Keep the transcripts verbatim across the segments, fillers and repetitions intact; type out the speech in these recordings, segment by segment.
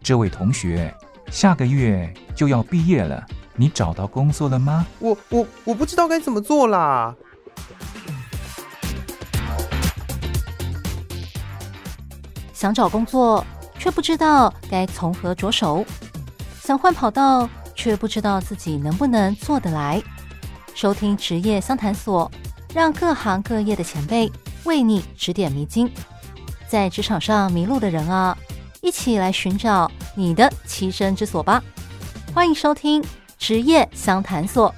这位同学，下个月就要毕业了，你找到工作了吗？ 我我我不知道该怎么做啦。 想找工作，却不知道该从何着手；想换跑道，却不知道自己能不能做得来。收听职业相谈所，让各行各业的前辈为你指点迷津。在职场上迷路的人啊，一起来寻找你的栖身之所吧。欢迎收听职业相谈所。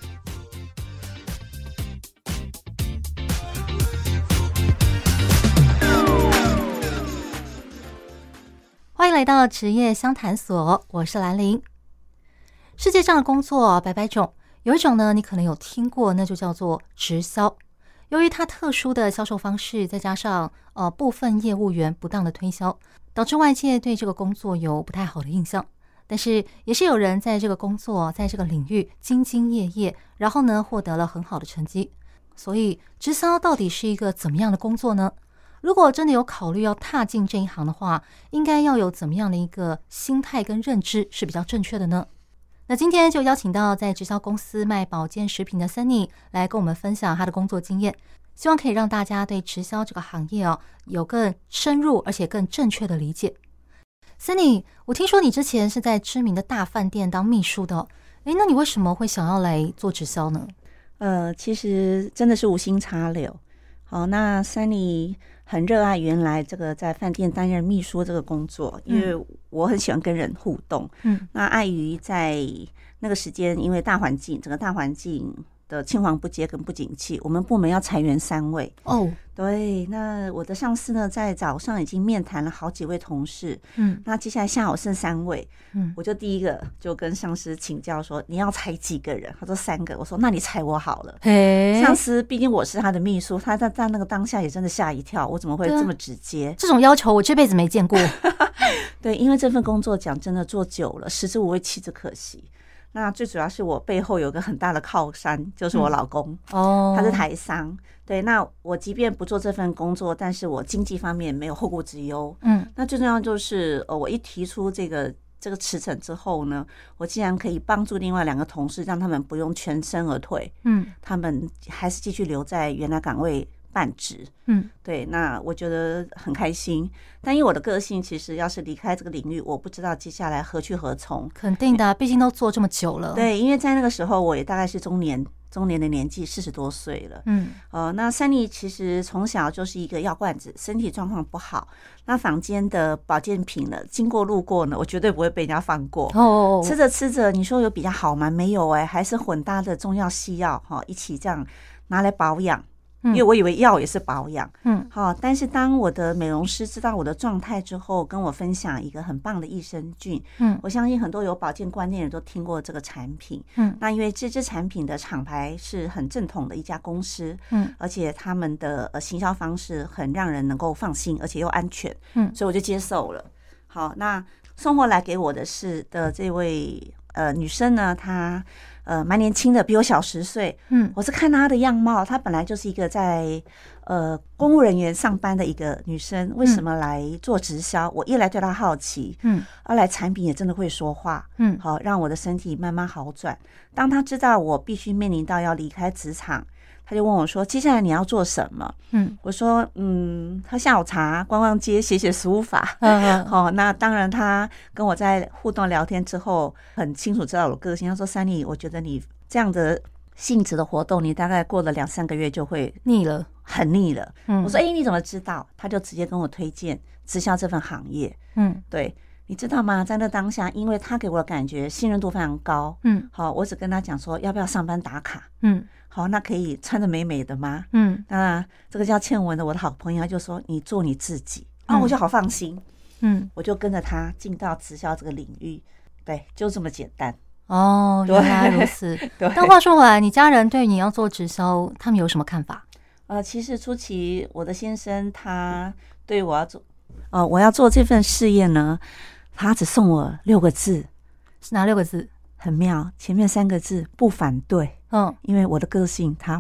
欢迎来到职业相谈所，我是兰玲。世界上的工作百百种，有一种呢，你可能有听过，那就叫做直销。由于它特殊的销售方式，再加上呃部分业务员不当的推销，导致外界对这个工作有不太好的印象。但是也是有人在这个工作，在这个领域兢兢业业，然后呢获得了很好的成绩。所以直销到底是一个怎么样的工作呢？如果真的有考虑要踏进这一行的话，应该要有怎么样的一个心态跟认知是比较正确的呢？那今天就邀请到在直销公司卖保健食品的 Sunny 来跟我们分享他的工作经验，希望可以让大家对直销这个行业哦有更深入而且更正确的理解。Sunny， 我听说你之前是在知名的大饭店当秘书的哦，诶，那你为什么会想要来做直销呢？ 呃，其实真的是无心插柳。好，那 Sunny 很热爱原来这个在饭店担任秘书这个工作，因为我很喜欢跟人互动。嗯，那碍于在那个时间，因为大环境，整个大环境的青黄不接跟不景气，我们部门要裁员三位。哦，对，那我的上司呢，在早上已经面谈了好几位同事。嗯，那接下来下午剩三位。嗯，我就第一个就跟上司请教说，你要裁几个人？他说三个。我说那你裁我好了。上司毕竟我是他的秘书，他在在那个当下也真的吓一跳，我怎么会这么直接？ 这种要求我这辈子没见过。 对，因为这份工作讲真的做久了，食之无味，弃之可惜。那最主要是我背后有个很大的靠山，就是我老公。哦、嗯，他是台商。对，那我即便不做这份工作，但是我经济方面没有后顾之忧。嗯，那最重要就是呃，我一提出这个这个辞呈之后呢，我竟然可以帮助另外两个同事，让他们不用全身而退。嗯，他们还是继续留在原来岗位半职。嗯，对，那我觉得很开心。但因为我的个性，其实要是离开这个领域，我不知道接下来何去何从。 肯定的，毕竟都做这么久了。 对，因为在那个时候，我也大概是中年。中年的年纪，四十多岁了。嗯，呃，那Sunny其实从小就是一个药罐子，身体状况不好。那坊间的保健品呢，经过路过呢，我绝对不会被人家放过。哦，吃着吃着，你说有比较好吗？没有哎、欸，还是混搭的中药西药哈，一起这样拿来保养。因为我以为药也是保养，嗯，好，但是当我的美容师知道我的状态之后，跟我分享一个很棒的益生菌，嗯，我相信很多有保健观念的人都听过这个产品，嗯，那因为这支产品的厂牌是很正统的一家公司，嗯，而且他们的呃行销方式很让人能够放心，而且又安全，嗯，所以我就接受了。好，那送货来给我的是的这位呃女生呢，她。呃，蛮年轻的，比我小十岁。嗯，我是看她的样貌，她本来就是一个在呃公务人员上班的一个女生，为什么来做直销？我一来对她好奇，嗯，二来产品也真的会说话，嗯，好让我的身体慢慢好转。当她知道我必须面临到要离开职场，他就问我说：“接下来你要做什么？”嗯，我说：“嗯，喝下午茶，逛逛街，写写书法。”嗯，好，那当然，他跟我在互动聊天之后，很清楚知道我个性。他说：“Sunny，我觉得你这样的性质的活动，你大概过了两三个月就会腻了， 很腻了。”嗯，我说：“哎、欸，你怎么知道？”他就直接跟我推荐直销这份行业。嗯，对。你知道吗？在那当下，因为他给我的感觉信任度非常高，嗯，好，我只跟他讲说要不要上班打卡，嗯，好，那可以穿得美美的吗？嗯，那这个叫倩文的我的好朋友就说你做你自己，啊、嗯，我就好放心，嗯，我就跟着他进到直销这个领域，对，就这么简单。 哦，原来如此。但话说回来，你家人对你要做直销，他们有什么看法？ 呃，其实初期我的先生他对我要做，呃，我要做这份事业呢。他只送我六个字， 是哪六个字？ 很妙，前面三个字不反对，嗯，因为我的个性他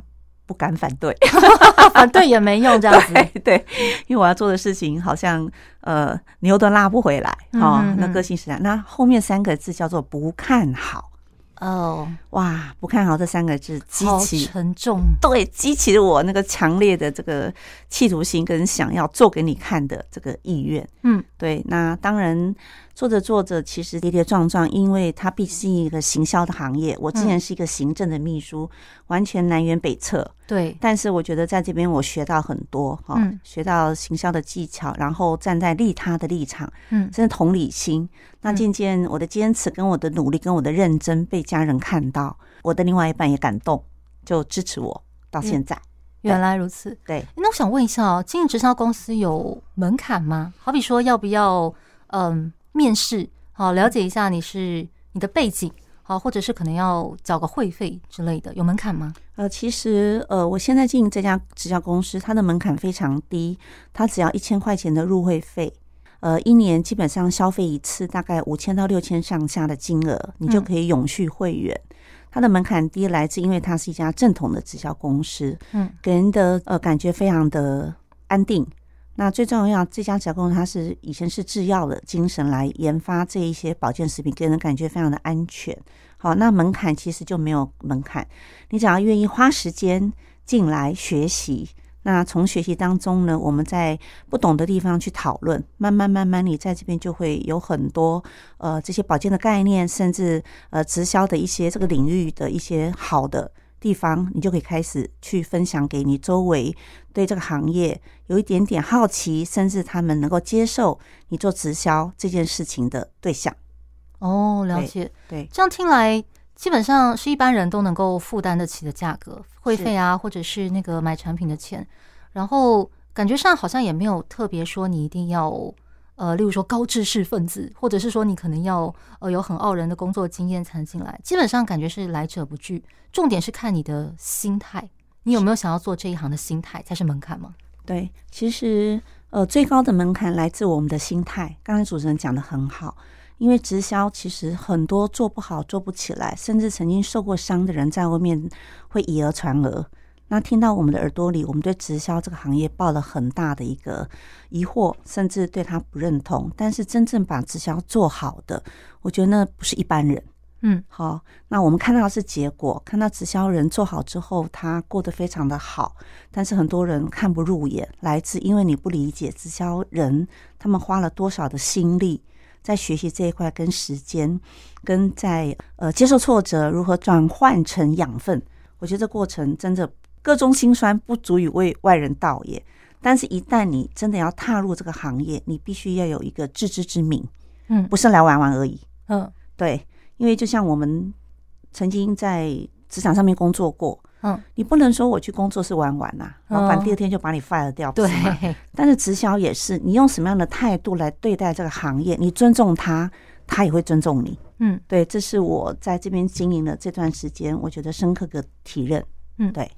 不敢反对， 反对也没用，这样子。 对对，因为我要做的事情好像呃牛都拉不回来哦，嗯嗯嗯那个性使然。那后面三个字叫做不看好。 哦， 哇！不看好这三个字，激起沉重， 对，激起了我那个强烈的这个企图心跟想要做给你看的这个意愿。嗯，对。那当然做着做着，其实跌跌撞撞，因为它毕竟是一个行销的行业，我之前是一个行政的秘书，嗯、完全南辕北辙。 对， 但是我觉得在这边我学到很多哈，嗯、学到行销的技巧，然后站在利他的立场，嗯，甚至同理心。那渐渐我的坚持跟我的努力跟我的认真被家人看到，我的另外一半也感动，就支持我到现在。嗯、 原来如此， 对。 那我想问一下哦，经营直销公司有门槛吗？好比说要不要嗯面试，好了解一下你是你的背景。好，或者是可能要缴个会费之类的，有门槛吗？ 呃，其实呃，我现在经营这家直销公司，它的门槛非常低，它只要一千块钱的入会费，呃，一年基本上消费一次大概五千到六千上下的金额，你就可以永续会员。嗯、它的门槛低来自因为它是一家正统的直销公司，嗯，给人的呃感觉非常的安定。那最重要，这家直销公司它是以前是制药的精神来研发这一些保健食品，给人感觉非常的安全。好，那门槛其实就没有门槛，你只要愿意花时间进来学习，那从学习当中呢，我们在不懂的地方去讨论，慢慢慢慢你在这边就会有很多呃这些保健的概念，甚至呃直销的一些这个领域的一些好的地方，你就可以开始去分享给你周围对这个行业有一点点好奇，甚至他们能够接受你做直销这件事情的对象。 哦，了解。 对，对这样听来基本上是一般人都能够负担得起的价格，会费啊，或者是那个买产品的钱，然后感觉上好像也没有特别说你一定要呃，例如说高知识分子，或者是说你可能要呃有很傲人的工作经验才能进来，基本上感觉是来者不拒，重点是看你的心态，你有没有想要做这一行的心态才是门槛吗？ 对，其实呃最高的门槛来自我们的心态，刚才主持人讲得很好。因为直销其实很多做不好做不起来，甚至曾经受过伤的人在外面会以讹传讹，那听到我们的耳朵里，我们对直销这个行业抱了很大的一个疑惑，甚至对他不认同，但是真正把直销做好的，我觉得那不是一般人。嗯，好，那我们看到的是结果，看到直销人做好之后他过得非常的好，但是很多人看不入眼，来自因为你不理解直销人他们花了多少的心力在学习这一块，跟时间，跟在呃接受挫折如何转换成养分。我觉得这过程真的各种辛酸不足以为外人道也，但是一旦你真的要踏入这个行业，你必须要有一个自知之明，嗯，不是来玩玩而已，嗯，对，因为就像我们曾经在职场上面工作过。嗯，你不能说我去工作是玩玩呐、啊，老板第二天就把你 fire 掉，对。但是直销也是，你用什么样的态度来对待这个行业，你尊重他，他也会尊重你。嗯，对，这是我在这边经营的这段时间，我觉得深刻的体认。嗯，对。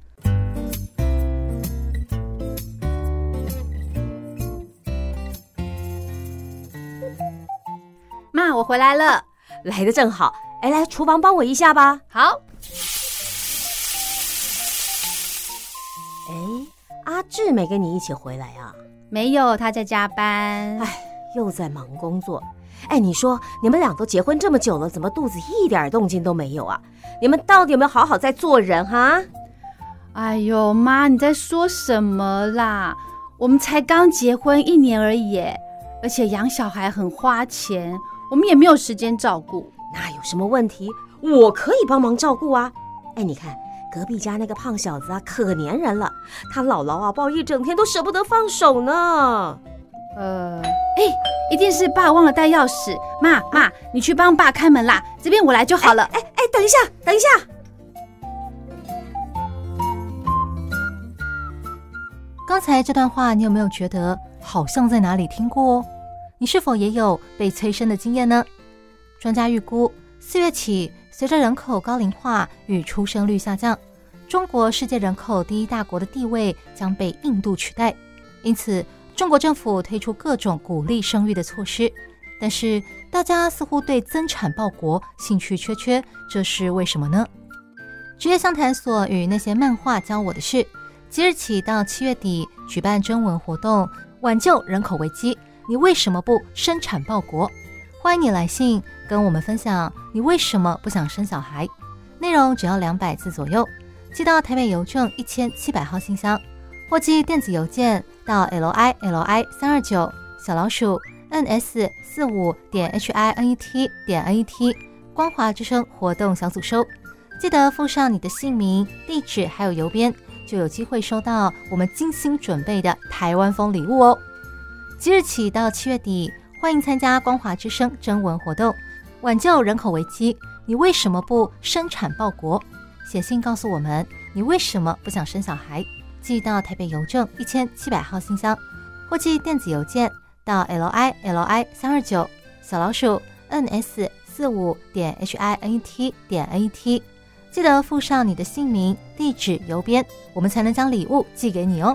妈，我回来了，来得正好。哎，来厨房帮我一下吧。好。哎，阿志没跟你一起回来啊？ 没有，他在加班。 哎，又在忙工作。哎，你说你们俩都结婚这么久了，怎么肚子一点动静都没有啊？你们到底有没有好好在做人哈？ 哎呦，妈，你在说什么啦？我们才刚结婚一年而已，而且养小孩很花钱，我们也没有时间照顾。 那有什么问题？我可以帮忙照顾啊。哎，你看隔壁家那个胖小子啊，可粘人了，他姥姥啊抱一整天都舍不得放手呢。 呃，哎，一定是爸忘了带钥匙。妈妈，你去帮爸开门啦，这边我来就好了。 哎哎，等一下，等一下。 刚才这段话，你有没有觉得好像在哪里听过哦？你是否也有被催生的经验呢？专家预估，四月起，随着人口高龄化与出生率下降，中国世界人口第一大国的地位将被印度取代。因此，中国政府推出各种鼓励生育的措施，但是大家似乎对增产报国兴趣缺缺，这是为什么呢？ 职业相谈所与那些漫画教我的事，即日起到七月底举办征文活动，挽救人口危机，你为什么不生产报国？欢迎你来信跟我们分享你为什么不想生小孩，内容只要两百字左右，寄到台北邮政一千七百号信箱，或寄电子邮件到 l i l i 三二九小老鼠 n s 四五点 h i n e t 点 n e t 光华之声活动小组收。记得附上你的姓名、地址还有邮编，就有机会收到我们精心准备的台湾风礼物哦。即日起到七月底，欢迎参加光华之声征文活动，挽救人口危机，你为什么不生产报国？写信告诉我们你为什么不想生小孩，寄到台北邮政一千七百号信箱，或寄电子邮件到 l i l i 三二九小老鼠 n s 四五点 h i n e t 点 n e t。记得附上你的姓名、地址、邮编，我们才能将礼物寄给你哦。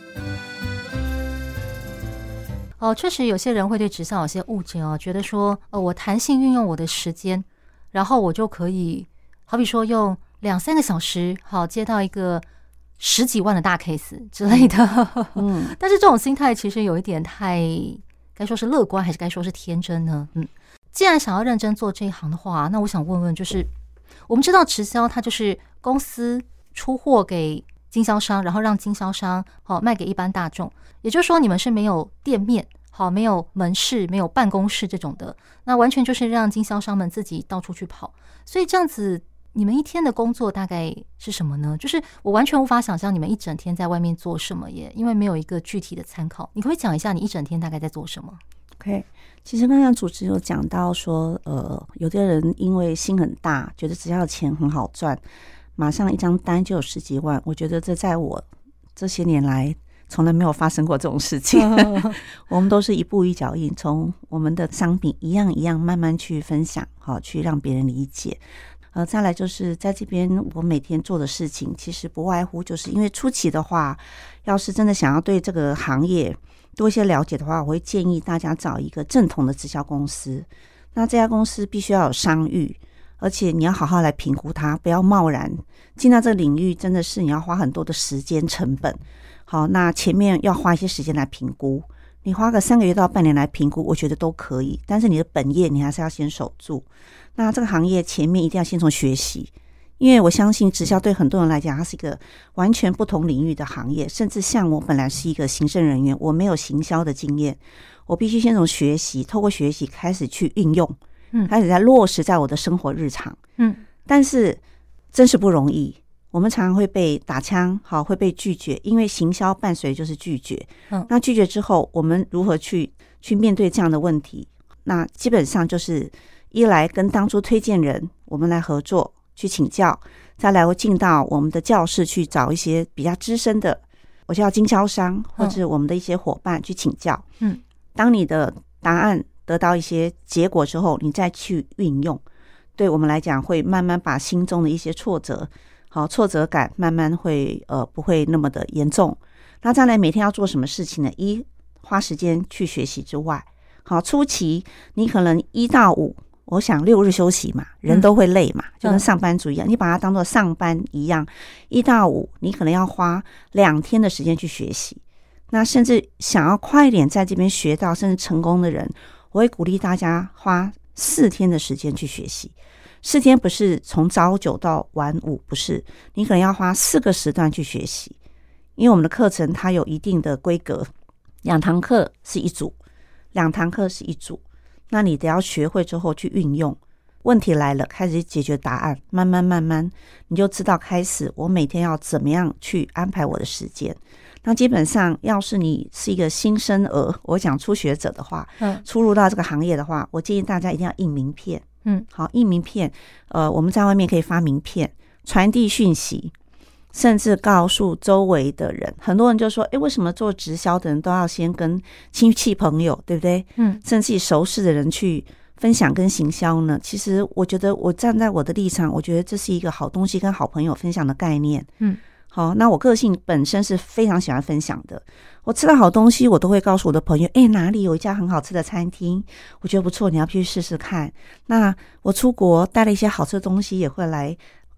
哦，确实有些人会对直销有些误解哦，觉得说，呃，我弹性运用我的时间，然后我就可以，好比说用两三个小时，好接到一个十几万的大 case 之类的。嗯，但是这种心态其实有一点太，该说是乐观还是该说是天真呢？嗯，既然想要认真做这一行的话，那我想问问，就是我们知道直销它就是公司出货给经销商，然后让经销商好卖给一般大众，也就是说你们是没有店面，好没有门市，没有办公室这种的，那完全就是让经销商们自己到处去跑。所以这样子你们一天的工作大概是什么呢？就是我完全无法想象你们一整天在外面做什么耶，因为没有一个具体的参考。你可不可以讲一下你一整天大概在做什么？ OK， 其实刚刚主持有讲到说，呃，有的人因为心很大，觉得只要钱很好赚，马上一张单就有十几万。我觉得这在我这些年来从来没有发生过这种事情。我们都是一步一脚印，从我们的商品一样一样慢慢去分享，好，去让别人理解。呃，再来就是在这边我每天做的事情，其实不外乎就是因为初期的话，要是真的想要对这个行业多一些了解的话，我会建议大家找一个正统的直销公司。那这家公司必须要有商誉，而且你要好好来评估它，不要贸然进到这个领域，真的是你要花很多的时间成本。好，那前面要花一些时间来评估，你花个三个月到半年来评估，我觉得都可以。但是你的本业你还是要先守住。那这个行业前面一定要先从学习，因为我相信直销对很多人来讲，它是一个完全不同领域的行业。甚至像我本来是一个行政人员，我没有行销的经验，我必须先从学习，透过学习开始去运用，嗯，开始在落实在我的生活日常，嗯。但是真是不容易，我们常常会被打枪，好，会被拒绝，因为行销伴随就是拒绝。嗯，那拒绝之后，我们如何去去面对这样的问题？那基本上就是一来跟当初推荐人我们来合作去请教，再来我进到我们的教室去找一些比较资深的，我叫经销商或者我们的一些伙伴去请教。嗯，当你的答案得到一些结果之后，你再去运用，对我们来讲会慢慢把心中的一些挫折，好挫折感慢慢会呃不会那么的严重。那再来每天要做什么事情呢？一花时间去学习之外，好初期你可能一到五。我想六日休息嘛，人都会累嘛，嗯、就跟上班族一样，你把它当作上班一样，一到五你可能要花两天的时间去学习。那甚至想要快一点在这边学到甚至成功的人，我会鼓励大家花四天的时间去学习。四天不是从早九到晚五，不是，你可能要花四个时段去学习，因为我们的课程它有一定的规格，两堂课是一组，两堂课是一组。那你得要学会之后去运用，问题来了开始解决答案，慢慢慢慢你就知道开始我每天要怎么样去安排我的时间。那基本上要是你是一个新生儿，我讲初学者的话，嗯，初入到这个行业的话，我建议大家一定要印名片。嗯，好，印名片，呃，我们在外面可以发名片，传递讯息，甚至告诉周围的人。很多人就说，诶，为什么做直销的人都要先跟亲戚朋友，对不对？嗯，甚至熟识的人去分享跟行销呢？其实我觉得我站在我的立场，我觉得这是一个好东西跟好朋友分享的概念。嗯，好，那我个性本身是非常喜欢分享的。我吃到好东西，我都会告诉我的朋友，诶，哪里有一家很好吃的餐厅，我觉得不错，你要去试试看。那我出国带了一些好吃的东西，也会来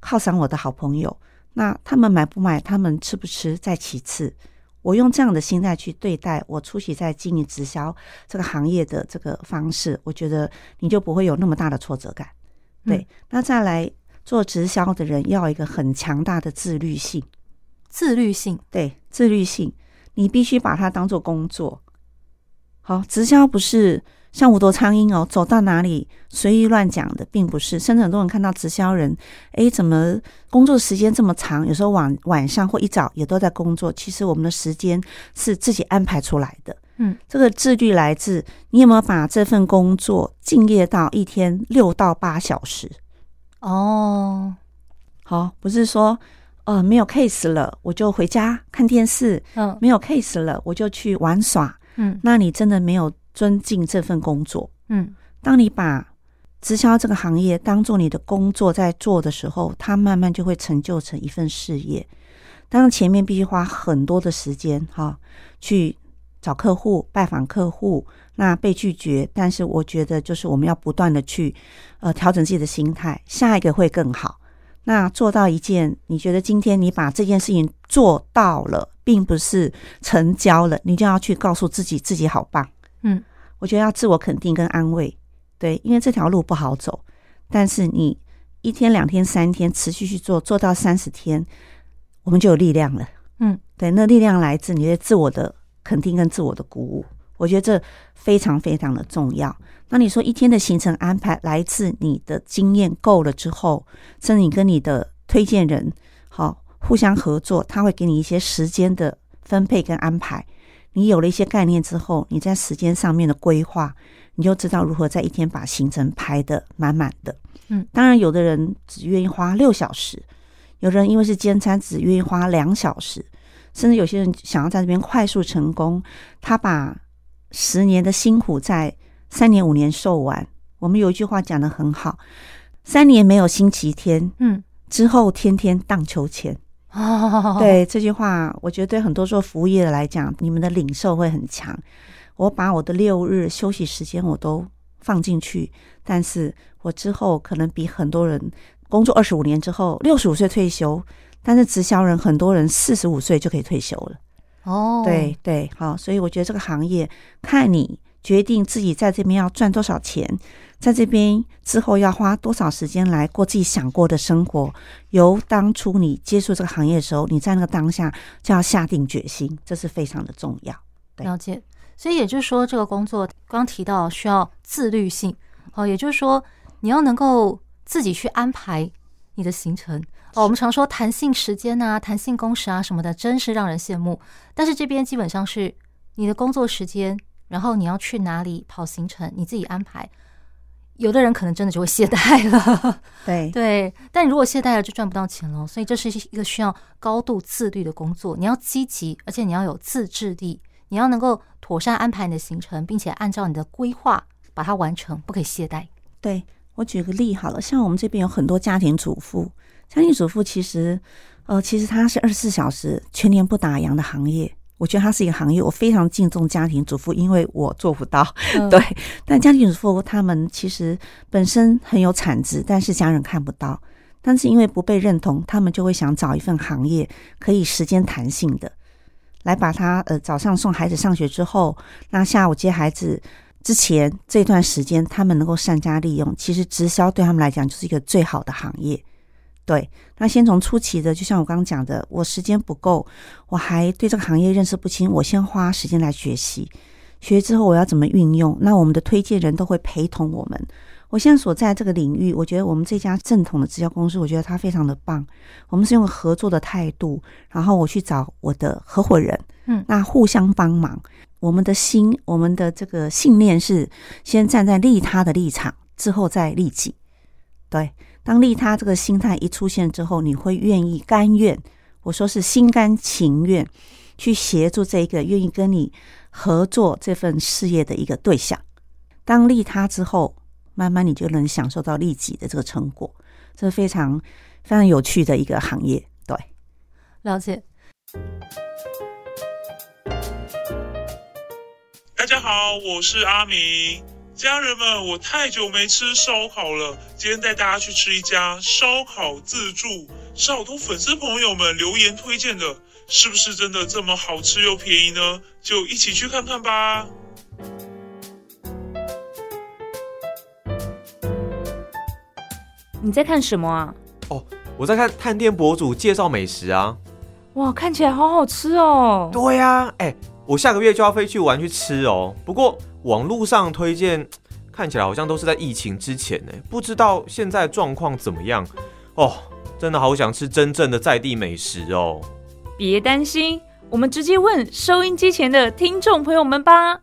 犒赏我的好朋友，那他们买不买，他们吃不吃再其次。我用这样的心态去对待我初期在经营直销这个行业的这个方式，我觉得你就不会有那么大的挫折感。对，嗯、那再来做直销的人要有一个很强大的自律性。 自律性， 对，自律性，你必须把它当作工作。好，直销不是像无头苍蝇哦，走到哪里随意乱讲的，并不是。甚至很多人看到直销人，诶，怎么工作时间这么长？有时候晚晚上或一早也都在工作。其实我们的时间是自己安排出来的。嗯，这个自律来自你有没有把这份工作敬业到一天六到八小时。哦，好，不是说呃没有 case 了我就回家看电视，嗯，没有 case 了我就去玩耍，嗯，那你真的没有尊敬这份工作。嗯，当你把直销这个行业当做你的工作在做的时候，它慢慢就会成就成一份事业。当然前面必须花很多的时间哈，去找客户、拜访客户，那被拒绝，但是我觉得就是我们要不断的去呃调整自己的心态，下一个会更好。那做到一件你觉得今天你把这件事情做到了，并不是成交了，你就要去告诉自己自己好棒。嗯，我觉得要自我肯定跟安慰。对，因为这条路不好走，但是你一天两天三天持续去做，做到三十天我们就有力量了。嗯，对，那力量来自你的自我的肯定跟自我的鼓舞，我觉得这非常非常的重要。那你说一天的行程安排来自你的经验够了之后，甚至你跟你的推荐人好互相合作，他会给你一些时间的分配跟安排。你有了一些概念之后，你在时间上面的规划，你就知道如何在一天把行程排得满满的。嗯，当然有的人只愿意花六小时，有的人因为是兼餐只愿意花两小时，甚至有些人想要在这边快速成功，他把十年的辛苦在三年五年受完。我们有一句话讲得很好，三年没有星期天，嗯，之后天天荡秋千。哦，对，这句话我觉得对很多做服务业的来讲，你们的领受会很强。我把我的六日休息时间我都放进去，但是我之后可能比很多人工作二十五年之后六十五岁退休，但是直销人很多人四十五岁就可以退休了。哦，对对，好，所以我觉得这个行业看你决定自己在这边要赚多少钱，在这边之后要花多少时间来过自己想过的生活，由当初你接触这个行业的时候，你在那个当下就要下定决心，这是非常的重要。 了解。所以也就是说这个工作刚提到需要自律性，哦，也就是说你要能够自己去安排你的行程。哦，我们常说弹性时间啊、弹性工时啊什么的，真是让人羡慕。但是这边基本上是你的工作时间，然后你要去哪里跑行程，你自己安排。有的人可能真的就会懈怠了， 对对。但如果懈怠了，就赚不到钱了。所以这是一个需要高度自律的工作。你要积极，而且你要有自制力，你要能够妥善安排你的行程，并且按照你的规划把它完成，不可以懈怠。 对，我举个例好了，像我们这边有很多家庭主妇。家庭主妇其实呃，其实它是二十四小时全年不打烊的行业。我觉得它是一个行业，我非常敬重家庭主妇，因为我做不到。嗯、对，但家庭主妇他们其实本身很有产值，但是家人看不到。但是因为不被认同，他们就会想找一份行业可以时间弹性的，来把他呃早上送孩子上学之后，那下午接孩子之前这段时间，他们能够善加利用。其实直销对他们来讲就是一个最好的行业。对，那先从初期的，就像我刚刚讲的，我时间不够，我还对这个行业认识不清，我先花时间来学习，学之后我要怎么运用，那我们的推荐人都会陪同我们。我现在所在这个领域，我觉得我们这家正统的直销公司，我觉得它非常的棒。我们是用合作的态度，然后我去找我的合伙人，嗯，那互相帮忙。我们的心，我们的这个信念是先站在利他的立场，之后再利己。对，当利他这个心态一出现之后，你会愿意甘愿，我说是心甘情愿去协助这个愿意跟你合作这份事业的一个对象。当利他之后，慢慢你就能享受到利己的这个成果，这是非常非常有趣的一个行业。对， 了解。 大家好，我是阿明。 家人们，我太久没吃烧烤了，今天带大家去吃一家烧烤自助，是好多粉丝朋友们留言推荐的，是不是真的这么好吃又便宜呢？就一起去看看吧。 你在看什么啊？ 哦，我在看探店博主介绍美食啊。 哇，看起来好好吃哦。 对呀、啊，哎，我下个月就要飞去玩去吃哦。不过网络上推荐看起来好像都是在疫情之前呢，不知道现在状况怎么样哦。真的好想吃真正的在地美食哦。 别担心，我们直接问收音机前的听众朋友们吧。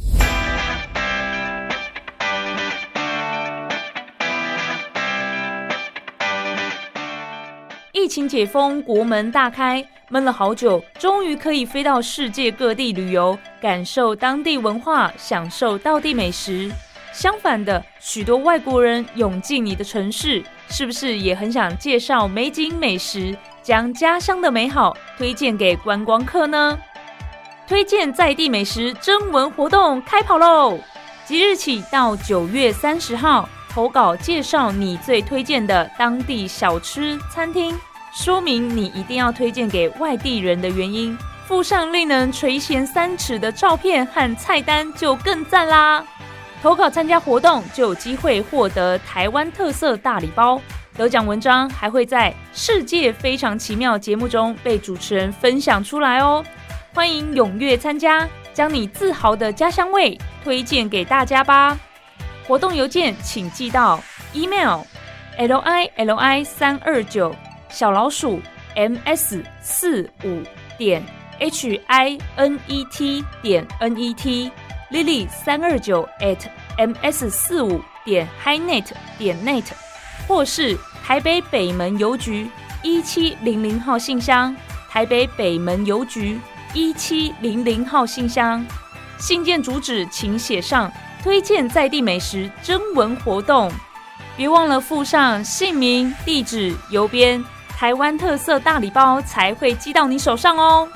疫情解封，国门大开，闷了好久，终于可以飞到世界各地旅游，感受当地文化，享受道地美食。相反的，许多外国人涌进你的城市，是不是也很想介绍美景美食，将家乡的美好推荐给观光客呢？推荐在地美食征文活动开跑喽！即日起到九月三十号，投稿介绍你最推荐的当地小吃餐厅，说明你一定要推荐给外地人的原因，附上令人垂涎三尺的照片和菜单就更赞啦！投稿参加活动就有机会获得台湾特色大礼包，得奖文章还会在《世界非常奇妙》节目中被主持人分享出来哦！欢迎踊跃参加，将你自豪的家乡味推荐给大家吧！活动邮件请寄到 email l i l i 三二九小老鼠 m s 四五点 h i n e t 点 n e t lily 三二九 at m s 四五点 highnet 点 net， 或是台北北门邮局一七零零号信箱，台北北门邮局一七零零号信箱。信件主旨请写上推荐在地美食征文活动，别忘了附上姓名、地址、邮编，台湾特色大礼包才会寄到你手上哦。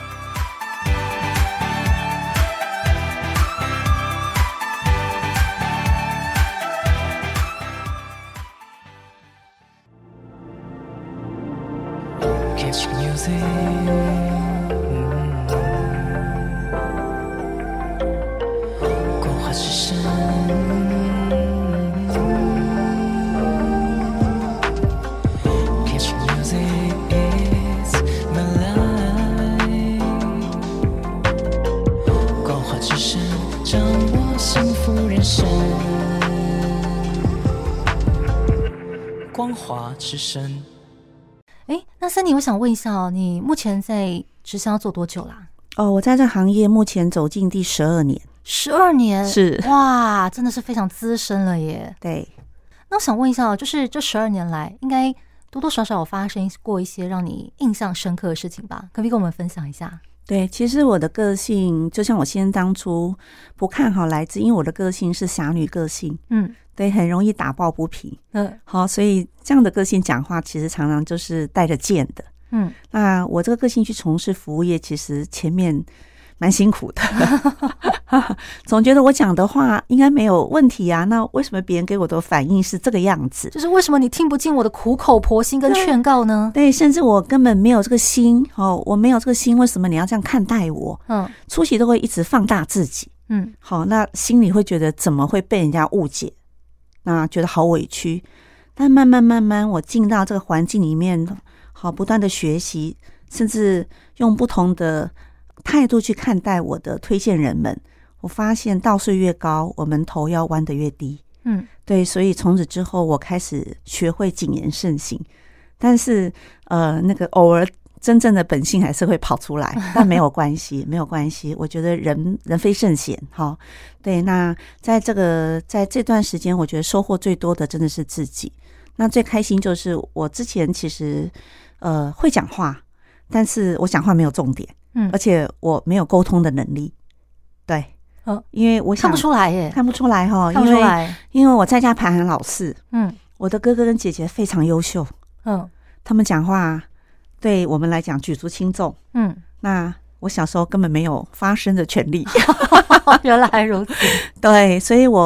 光华之声。 哎，那Sunny，我想问一下哦，你目前在直销做多久啦？ 哦，我在这行业目前走进第十二年。 十二年是哇，真的是非常资深了耶。 对， 那我想问一下，就是这十二年来，应该多多少少有发生过一些让你印象深刻的事情吧？可不可以跟我们分享一下？ 对，其实我的个性就像我先当初不看好来自，因为我的个性是侠女个性，嗯，对，很容易打抱不平，嗯，好，所以这样的个性讲话其实常常就是带着剑的，嗯，那我这个个性去从事服务业，其实前面蛮辛苦的，总觉得我讲的话应该没有问题啊，那为什么别人给我的反应是这个样子？ 就是为什么你听不进我的苦口婆心跟劝告呢？ 对，对，甚至我根本没有这个心，哦，我没有这个心，为什么你要这样看待我？嗯，初期都会一直放大自己，嗯，好，那心里会觉得怎么会被人家误解，那觉得好委屈。但慢慢慢慢，我进到这个环境里面，好，不断的学习，甚至用不同的态度去看待我的推荐人们，我发现稻穗越高，我们头要弯得越低。嗯，对，所以从此之后，我开始学会谨言慎行。但是，呃，那个偶尔真正的本性还是会跑出来，但没有关系，没有关系。我觉得人人非圣贤，哈。对，那在这个在这段时间，我觉得收获最多的真的是自己。那最开心就是我之前其实呃会讲话，但是我讲话没有重点。嗯，而且我没有沟通的能力，对，哦，因为我想看不出来耶， 看不出来哈， 看不出来， 因为因为我在家排行老四，嗯，我的哥哥跟姐姐非常优秀，嗯，他们讲话对我们来讲举足轻重，嗯，那我小时候根本没有发声的权利， 原来如此， 对，所以我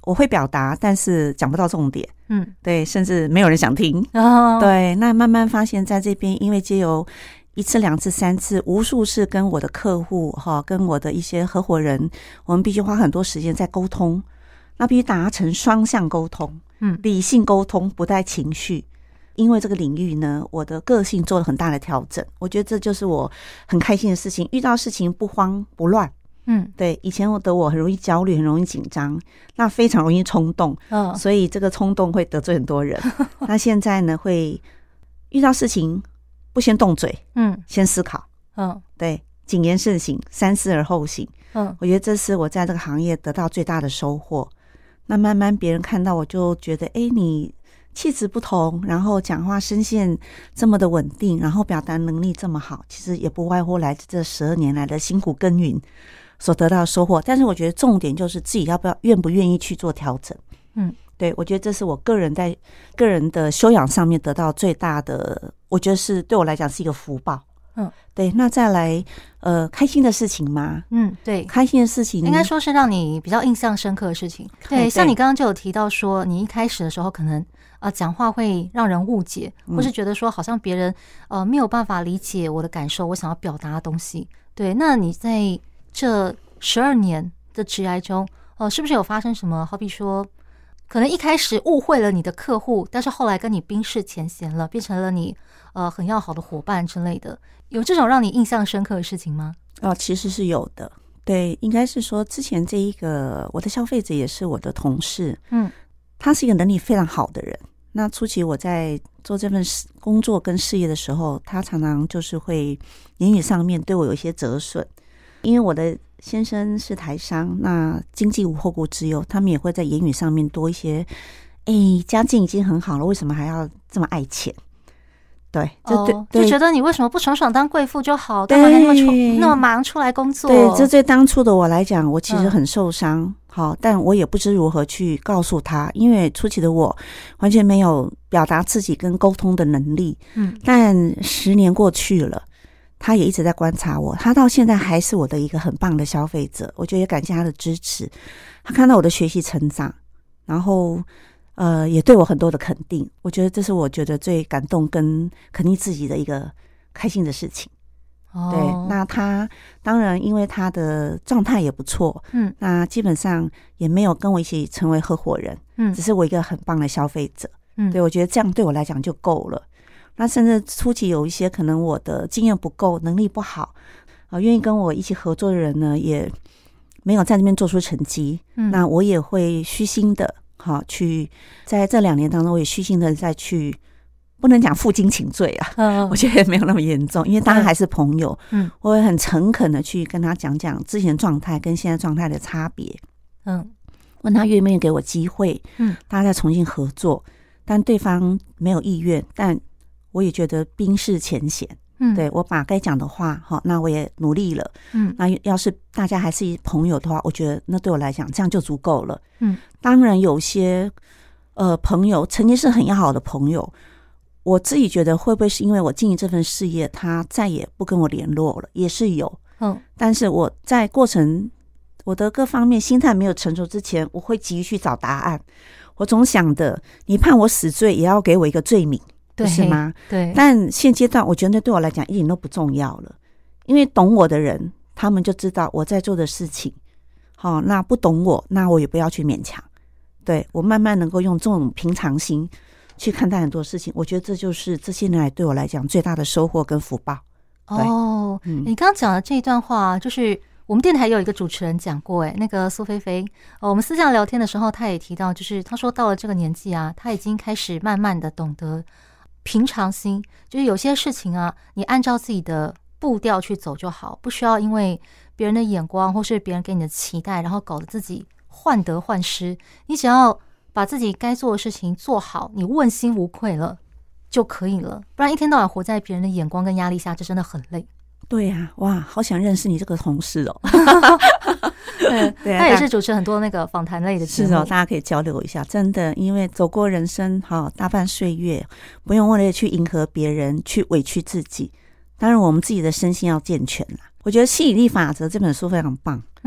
我会表达，但是讲不到重点， 嗯， 对，甚至没有人想听。 哦， 对，那慢慢发现在这边，因为藉由一次、两次、三次、无数次跟我的客户哈，跟我的一些合伙人，我们必须花很多时间在沟通，那必须达成双向沟通， 嗯， 理性沟通，不带情绪。因为这个领域呢，我的个性做了很大的调整，我觉得这就是我很开心的事情。遇到事情不慌不乱， 嗯， 对，以前我的我很容易焦虑，很容易紧张，那非常容易冲动， 嗯， 所以这个冲动会得罪很多人。那现在呢，会遇到事情不先动嘴， 嗯， 先思考， 嗯， 对，谨言慎行，三思而后行， 嗯， 我觉得这是我在这个行业得到最大的收获。那慢慢别人看到我就觉得，哎，你气质不同，然后讲话声线这么的稳定，然后表达能力这么好，其实也不外乎来自这十二年来的辛苦耕耘所得到的收获。但是我觉得重点就是自己要不要愿不愿意去做调整。 嗯， 对，我觉得这是我个人在个人的修养上面得到最大的，我觉得是对我来讲是一个福报。 嗯， 对，那再来，呃，开心的事情吗？ 嗯，对， 开心的事情应该说是让你比较印象深刻的事情。对，像你刚刚就有提到说，你一开始的时候可能啊讲、呃、话会让人误解，或是觉得说好像别人呃没有办法理解我的感受，我想要表达的东西。对，那你在这十二年的职涯中，呃，是不是有发生什么？好比说，可能一开始误会了你的客户，但是后来跟你冰释前嫌了，变成了你呃很要好的伙伴之类的，有这种让你印象深刻的事情吗？ 哦，其实是有的。对，应该是说之前这一个我的消费者也是我的同事， 嗯， 他是一个能力非常好的人。那初期我在做这份工作跟事业的时候，他常常就是会言语上面对我有一些折损，因为我的先生是台商，那经济无后顾之忧，他们也会在言语上面多一些，哎，家境已经很好了，为什么还要这么爱钱？对， 就对、 哦，就觉得你为什么不爽爽当贵妇就好，干嘛还那么冲那么忙出来工作？ 对，这对当初的我来讲，我其实很受伤，好、嗯，但我也不知如何去告诉他，因为初期的我完全没有表达自己跟沟通的能力。 嗯， 但十年过去了，他也一直在观察我，他到现在还是我的一个很棒的消费者，我觉得也感谢他的支持，他看到我的学习成长，然后。呃，也对我很多的肯定，我觉得这是我觉得最感动跟肯定自己的一个开心的事情。 哦， 对，那他当然因为他的状态也不错， 嗯， 那基本上也没有跟我一起成为合伙人， 嗯， 只是我一个很棒的消费者， 嗯， 对，我觉得这样对我来讲就够了。那甚至初期有一些可能我的经验不够，能力不好，啊、呃，愿意跟我一起合作的人呢，也没有在那边做出成绩， 嗯， 那我也会虚心的。好，去在这两年当中，我也虚心的再去，不能讲负荆请罪啊， 嗯， 我觉得也没有那么严重，因为大家还是朋友， 嗯， 我会很诚恳的去跟他讲讲之前状态跟现在状态的差别， 嗯， 问他愿不愿意给我机会， 嗯， 大家再重新合作，但对方没有意愿，但我也觉得冰释前嫌。 嗯， 对，我把该讲的话，好，那我也努力了。 嗯， 那要是大家还是朋友的话，我觉得那对我来讲这样就足够了。 嗯， 当然有些呃朋友曾经是很要好的朋友，我自己觉得会不会是因为我经营这份事业，他再也不跟我联络了，也是有。 嗯， 但是我在过程我的各方面心态没有成熟之前，我会急于去找答案。我总想的，你判我死罪，也要给我一个罪名。不是吗？ 对。 但现阶段，我觉得对我来讲一点都不重要了，因为懂我的人，他们就知道我在做的事情。好、哦，那不懂我，那我也不要去勉强。对，我慢慢能够用这种平常心去看待很多事情，我觉得这就是这些年来对我来讲最大的收获跟福报。 哦，嗯、你刚刚讲的这一段话，就是我们电台有一个主持人讲过，哎，那个苏菲菲，呃，我们私下聊天的时候，他也提到，就是他说到了这个年纪啊，他已经开始慢慢的懂得。平常心，就是有些事情啊，你按照自己的步调去走就好，不需要因为别人的眼光或是别人给你的期待，然后搞得自己患得患失。你只要把自己该做的事情做好，你问心无愧了就可以了。不然一天到晚活在别人的眼光跟压力下，这真的很累。 对呀、啊，哇，好想认识你这个同事哦。 对，对、啊，他也是主持很多那个访谈类的节目， 是哦，大家可以交流一下。真的，因为走过人生哈大半岁月，不用为了去迎合别人去委屈自己。当然，我们自己的身心要健全啦。我觉得吸引力法则这本书非常棒。 嗯，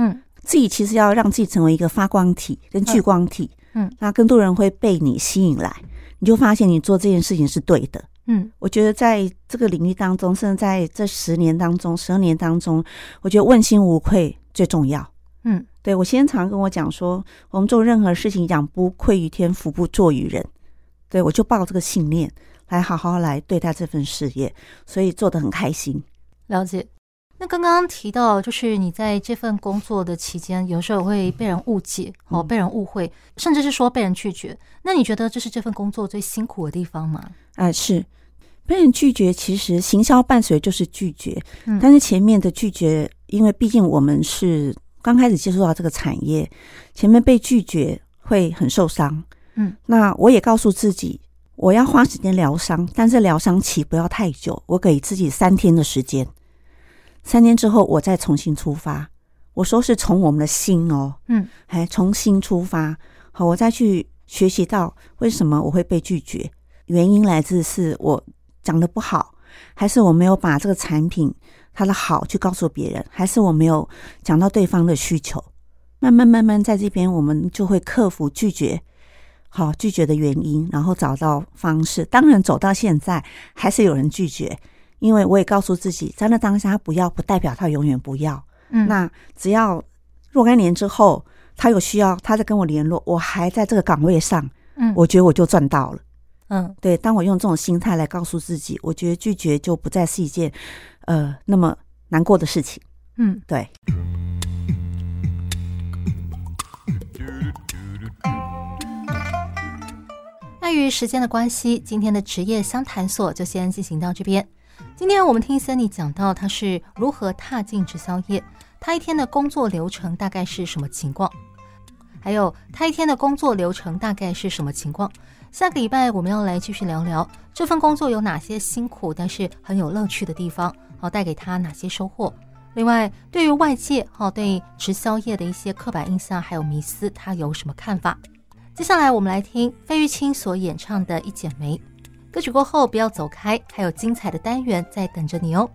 自己其实要让自己成为一个发光体跟聚光体， 嗯， 那更多人会被你吸引来，你就发现你做这件事情是对的。 嗯， 我觉得在这个领域当中，甚至在这十年当中、十二年当中，我觉得问心无愧最重要。 嗯， 对，我先常跟我讲说，我们做任何事情讲不愧于天，福不作于人。对，我就抱这个信念来好好来对待这份事业，所以做得很开心。 了解。那刚刚提到，就是你在这份工作的期间，有时候会被人误解，哦，被人误会，甚至是说被人拒绝。那你觉得这是这份工作最辛苦的地方吗？ 哎、呃，是。被人拒绝，其实行销伴随就是拒绝， 嗯， 但是前面的拒绝，因为毕竟我们是刚开始接触到这个产业，前面被拒绝会很受伤。 嗯， 那我也告诉自己，我要花时间疗伤，但是疗伤期不要太久，我给自己三天的时间，三天之后我再重新出发。我说是从我们的心哦， 嗯， 哎，重新出发，好，我再去学习到为什么我会被拒绝，原因来自是我讲得不好，还是我没有把这个产品它的好去告诉别人，还是我没有讲到对方的需求。慢慢慢慢在这边我们就会克服拒绝，好，拒绝的原因，然后找到方式。当然走到现在还是有人拒绝，因为我也告诉自己，在那当下他不要不代表他永远不要。 嗯， 那只要若干年之后他有需要，他再跟我联络，我还在这个岗位上， 嗯， 我觉得我就赚到了。 嗯， 对，当我用这种心态来告诉自己，我觉得拒绝就不再是一件呃那么难过的事情。 嗯， 对。 碍于时间的关系，今天的职业相谈所就先进行到这边。今天我们听 Sunny 讲到他是如何踏进直销业，他一天的工作流程大概是什么情况，还有他一天的工作流程大概是什么情况。下个礼拜我们要来继续聊聊这份工作有哪些辛苦但是很有乐趣的地方，好，带给他哪些收获。另外，对于外界好对直销业的一些刻板印象还有迷思，他有什么看法？接下来我们来听费玉清所演唱的《一剪梅》。歌曲过后不要走开，还有精彩的单元在等着你哦。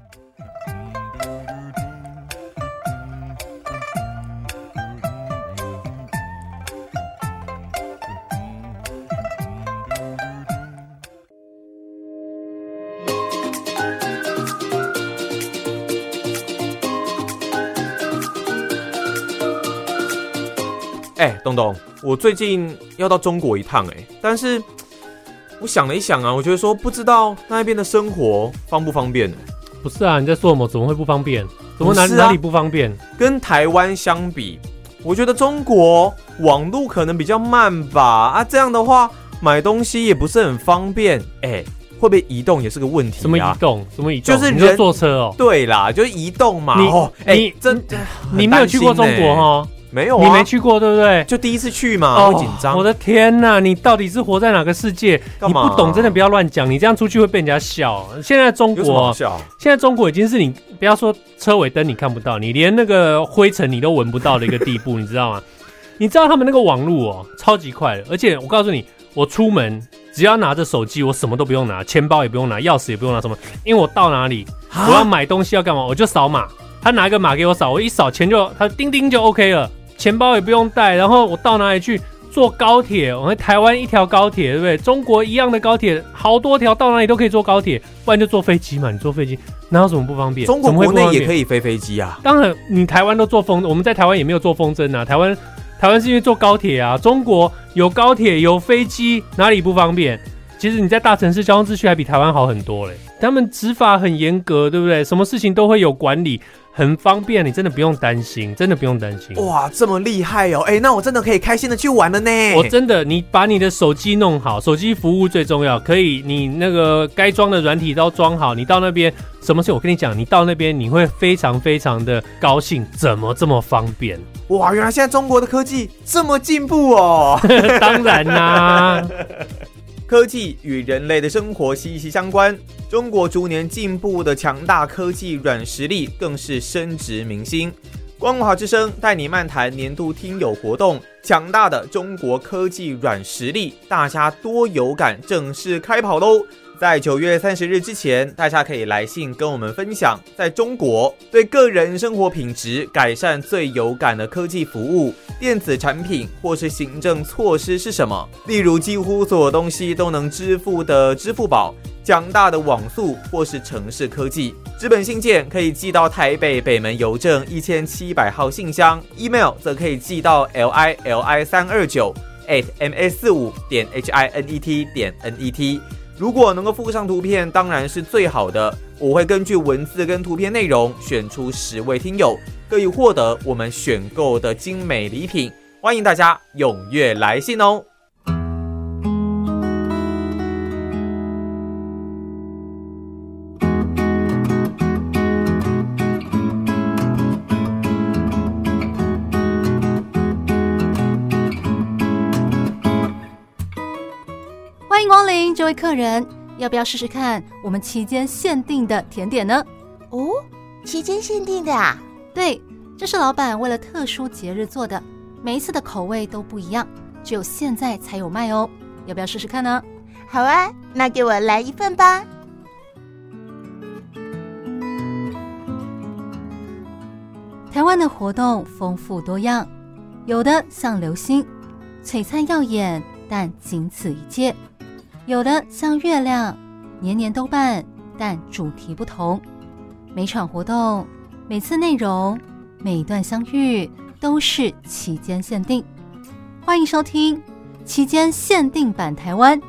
哎、欸，东东，我最近要到中国一趟哎、欸，但是我想了一想啊，我觉得说不知道那边的生活方不方便呢、欸？ 不是啊，你在说什么？怎么会不方便？怎么哪里、啊、哪里不方便？ 跟台湾相比，我觉得中国网路可能比较慢吧。啊，这样的话买东西也不是很方便。哎、欸，会不会移动也是个问题啊？ 什么移动？什么移动？ 就是人你就坐车哦。 对啦，就是移动嘛。 你哦， 哎、欸， 真你没有去过中国哈？ 没有啊， 你没去过对不对？ 就第一次去嘛，会紧张。 我的天哪，你到底是活在哪个世界？你不懂真的不要乱讲，你这样出去会被人家笑。现在中国，现在中国已经是你不要说车尾灯你看不到，你连那个灰尘你都闻不到的一个地步，你知道吗？你知道他们那个网路哦，超级快的，而且我告诉你，我出门只要拿着手机，我什么都不用拿，钱包也不用拿，钥匙也不用拿，什么？因为我到哪里，我要买东西要干嘛，我就扫码，他拿一个码给我扫，我一扫钱就他叮叮就 OK 了。钱包也不用带，然后我到哪里去坐高铁？我们台湾一条高铁，对不对？中国一样的高铁，好多条，到哪里都可以坐高铁，不然就坐飞机嘛。你坐飞机哪有什么不方便？ 中国国内也可以飞飞机啊。 当然，你台湾都坐风，我们在台湾也没有坐风筝啊。台湾台湾是因为坐高铁啊。中国有高铁有飞机，哪里不方便？其实你在大城市交通秩序还比台湾好很多嘞。他们执法很严格，对不对？什么事情都会有管理。很方便，你真的不用担心，真的不用担心。 哇，这么厉害哦！哎、欸，那我真的可以开心的去玩了呢。 我真的，你把你的手机弄好，手机服务最重要。可以，你那个该装的软体都装好，你到那边什么事？我跟你讲，你到那边你会非常非常的高兴，怎么这么方便？ 哇，原来现在中国的科技这么进步哦！ 当然啦、啊。 科技与人类的生活息息相关，中国逐年进步的强大科技软实力更是深植民心。光华之声带你漫谈年度听友活动，强大的中国科技软实力，大家多有感，正式开跑喽！ 在九月三十日之前，大家可以来信跟我们分享，在中国对个人生活品质改善最有感的科技服务、电子产品或是行政措施是什么？例如，几乎所有东西都能支付的支付宝、强大的网速或是城市科技。纸本信件可以寄到台北北门邮政一千七百号信箱 ，email 则可以寄到 l i l i 三二九 at m s 四五 点 h i n e t 点 n e t。如果能够附上图片，当然是最好的。我会根据文字跟图片内容选出十位听友，可以获得我们选购的精美礼品。欢迎大家踊跃来信哦！ 欢迎光临，这位客人，要不要试试看我们期间限定的甜点呢？ 哦，期间限定的啊？ 对，这是老板为了特殊节日做的，每一次的口味都不一样，只有现在才有卖哦。要不要试试看呢？ 好啊，那给我来一份吧。 台湾的活动丰富多样，有的像流星，璀璨耀眼，但仅此一届。有的像月亮，年年都办，但主题不同。每场活动、每次内容、每一段相遇都是期间限定。欢迎收听期间限定版台湾。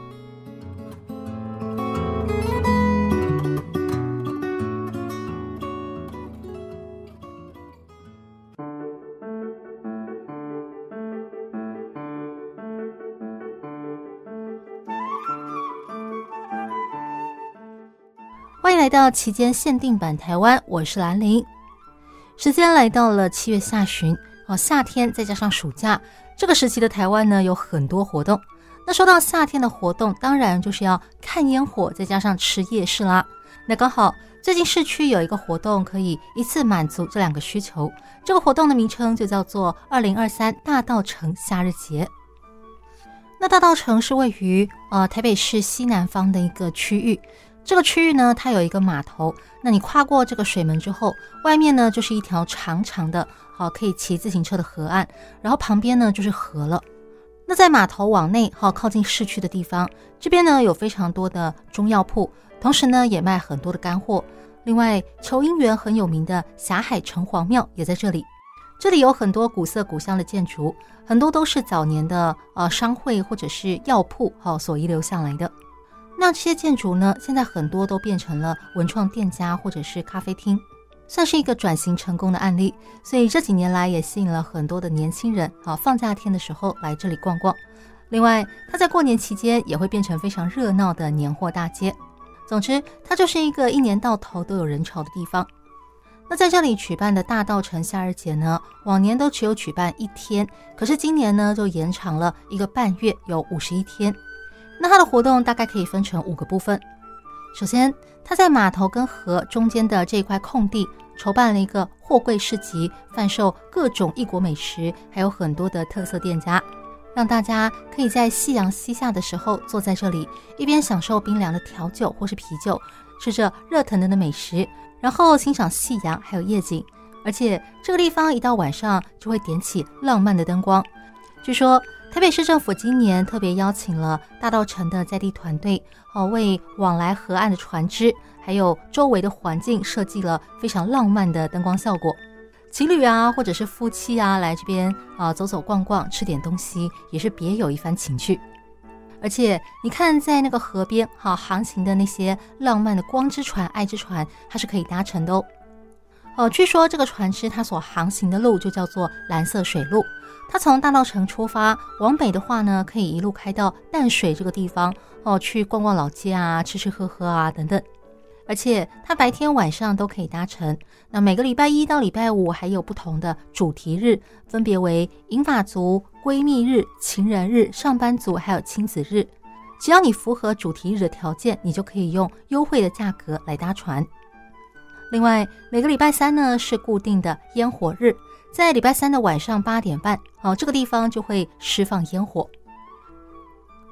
欢迎来到期间限定版台湾，我是兰玲。时间来到了七月下旬，哦，夏天再加上暑假，这个时期的台湾呢有很多活动。那说到夏天的活动，当然就是要看烟火，再加上吃夜市啦。那刚好最近市区有一个活动可以一次满足这两个需求，这个活动的名称就叫做二零二三大稻埕夏日节。那大稻埕是位于呃台北市西南方的一个区域。这个区域呢，它有一个码头，那你跨过这个水门之后，外面呢就是一条长长的好、哦、可以骑自行车的河岸，然后旁边呢就是河了。那在码头往内好、哦、靠近市区的地方，这边呢有非常多的中药铺，同时呢也卖很多的干货。另外求姻缘很有名的霞海城隍庙也在这里，这里有很多古色古香的建筑，很多都是早年的呃商会或者是药铺好、哦、所遗留下来的。那这些建筑呢，现在很多都变成了文创店家或者是咖啡厅，算是一个转型成功的案例。所以这几年来也吸引了很多的年轻人啊，放假天的时候来这里逛逛。另外，它在过年期间也会变成非常热闹的年货大街。总之，它就是一个一年到头都有人潮的地方。那在这里举办的大稻埕夏日节呢，往年都只有举办一天，可是今年呢就延长了一个半月，有五十一天。那它的活动大概可以分成五个部分。首先，它在码头跟河中间的这一块空地筹办了一个货柜市集，贩售各种异国美食，还有很多的特色店家，让大家可以在夕阳西下的时候坐在这里，一边享受冰凉的调酒或是啤酒，吃着热腾腾的美食，然后欣赏夕阳还有夜景。而且这个地方一到晚上就会点起浪漫的灯光。据说台北市政府今年特别邀请了大稻埕的在地团队，哦，为往来河岸的船只还有周围的环境设计了非常浪漫的灯光效果。情侣啊，或者是夫妻啊，来这边啊走走逛逛，吃点东西，也是别有一番情趣。而且你看，在那个河边哈、啊、航行的那些浪漫的光之船、爱之船，它是可以搭乘的哦。哦，据说这个船只它所航行的路就叫做蓝色水路。它从大稻埕出发，往北的话呢，可以一路开到淡水这个地方哦，去逛逛老街啊，吃吃喝喝啊等等。而且它白天晚上都可以搭乘。那每个礼拜一到礼拜五还有不同的主题日，分别为银发族、闺蜜日、情人日、上班族还有亲子日。只要你符合主题日的条件，你就可以用优惠的价格来搭船。另外，每个礼拜三呢是固定的烟火日，在礼拜三的晚上八点半，哦，这个地方就会释放烟火。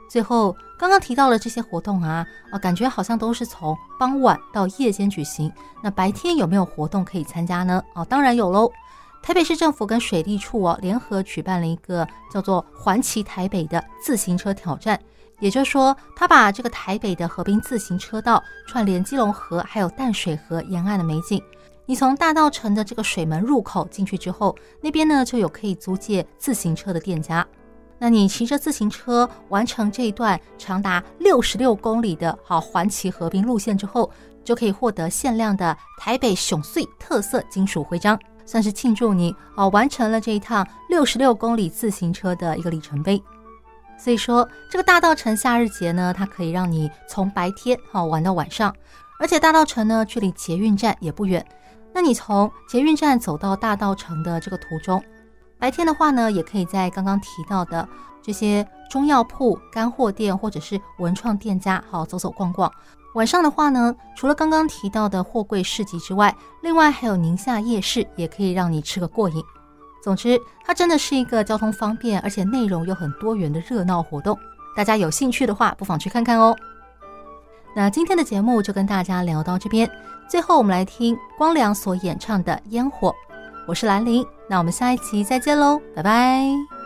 最后刚刚提到了这些活动啊，啊，感觉好像都是从傍晚到夜间举行。那白天有没有活动可以参加呢？哦，当然有喽。台北市政府跟水利处哦联合举办了一个叫做环骑台北的自行车挑战，也就是说，他把这个台北的河滨自行车道串联基隆河还有淡水河沿岸的美景。你从大稻埕的这个水门入口进去之后，那边呢就有可以租借自行车的店家。那你骑着自行车完成这一段长达六十六公里的好环骑河滨路线之后，就可以获得限量的台北熊穗特色金属徽章，算是庆祝你哦完成了这一趟六十六公里自行车的一个里程碑。所以说，这个大稻埕夏日节呢，它可以让你从白天好玩到晚上，而且大稻埕呢距离捷运站也不远。那你从捷运站走到大稻埕的这个途中，白天的话呢，也可以在刚刚提到的这些中药铺、干货店或者是文创店家好走走逛逛。晚上的话呢，除了刚刚提到的货柜市集之外，另外还有宁夏夜市，也可以让你吃个过瘾。总之，它真的是一个交通方便，而且内容又很多元的热闹活动。大家有兴趣的话，不妨去看看哦。那今天的节目就跟大家聊到这边，最后我们来听光良所演唱的《烟火》。我是兰玲，那我们下一期再见喽，拜拜。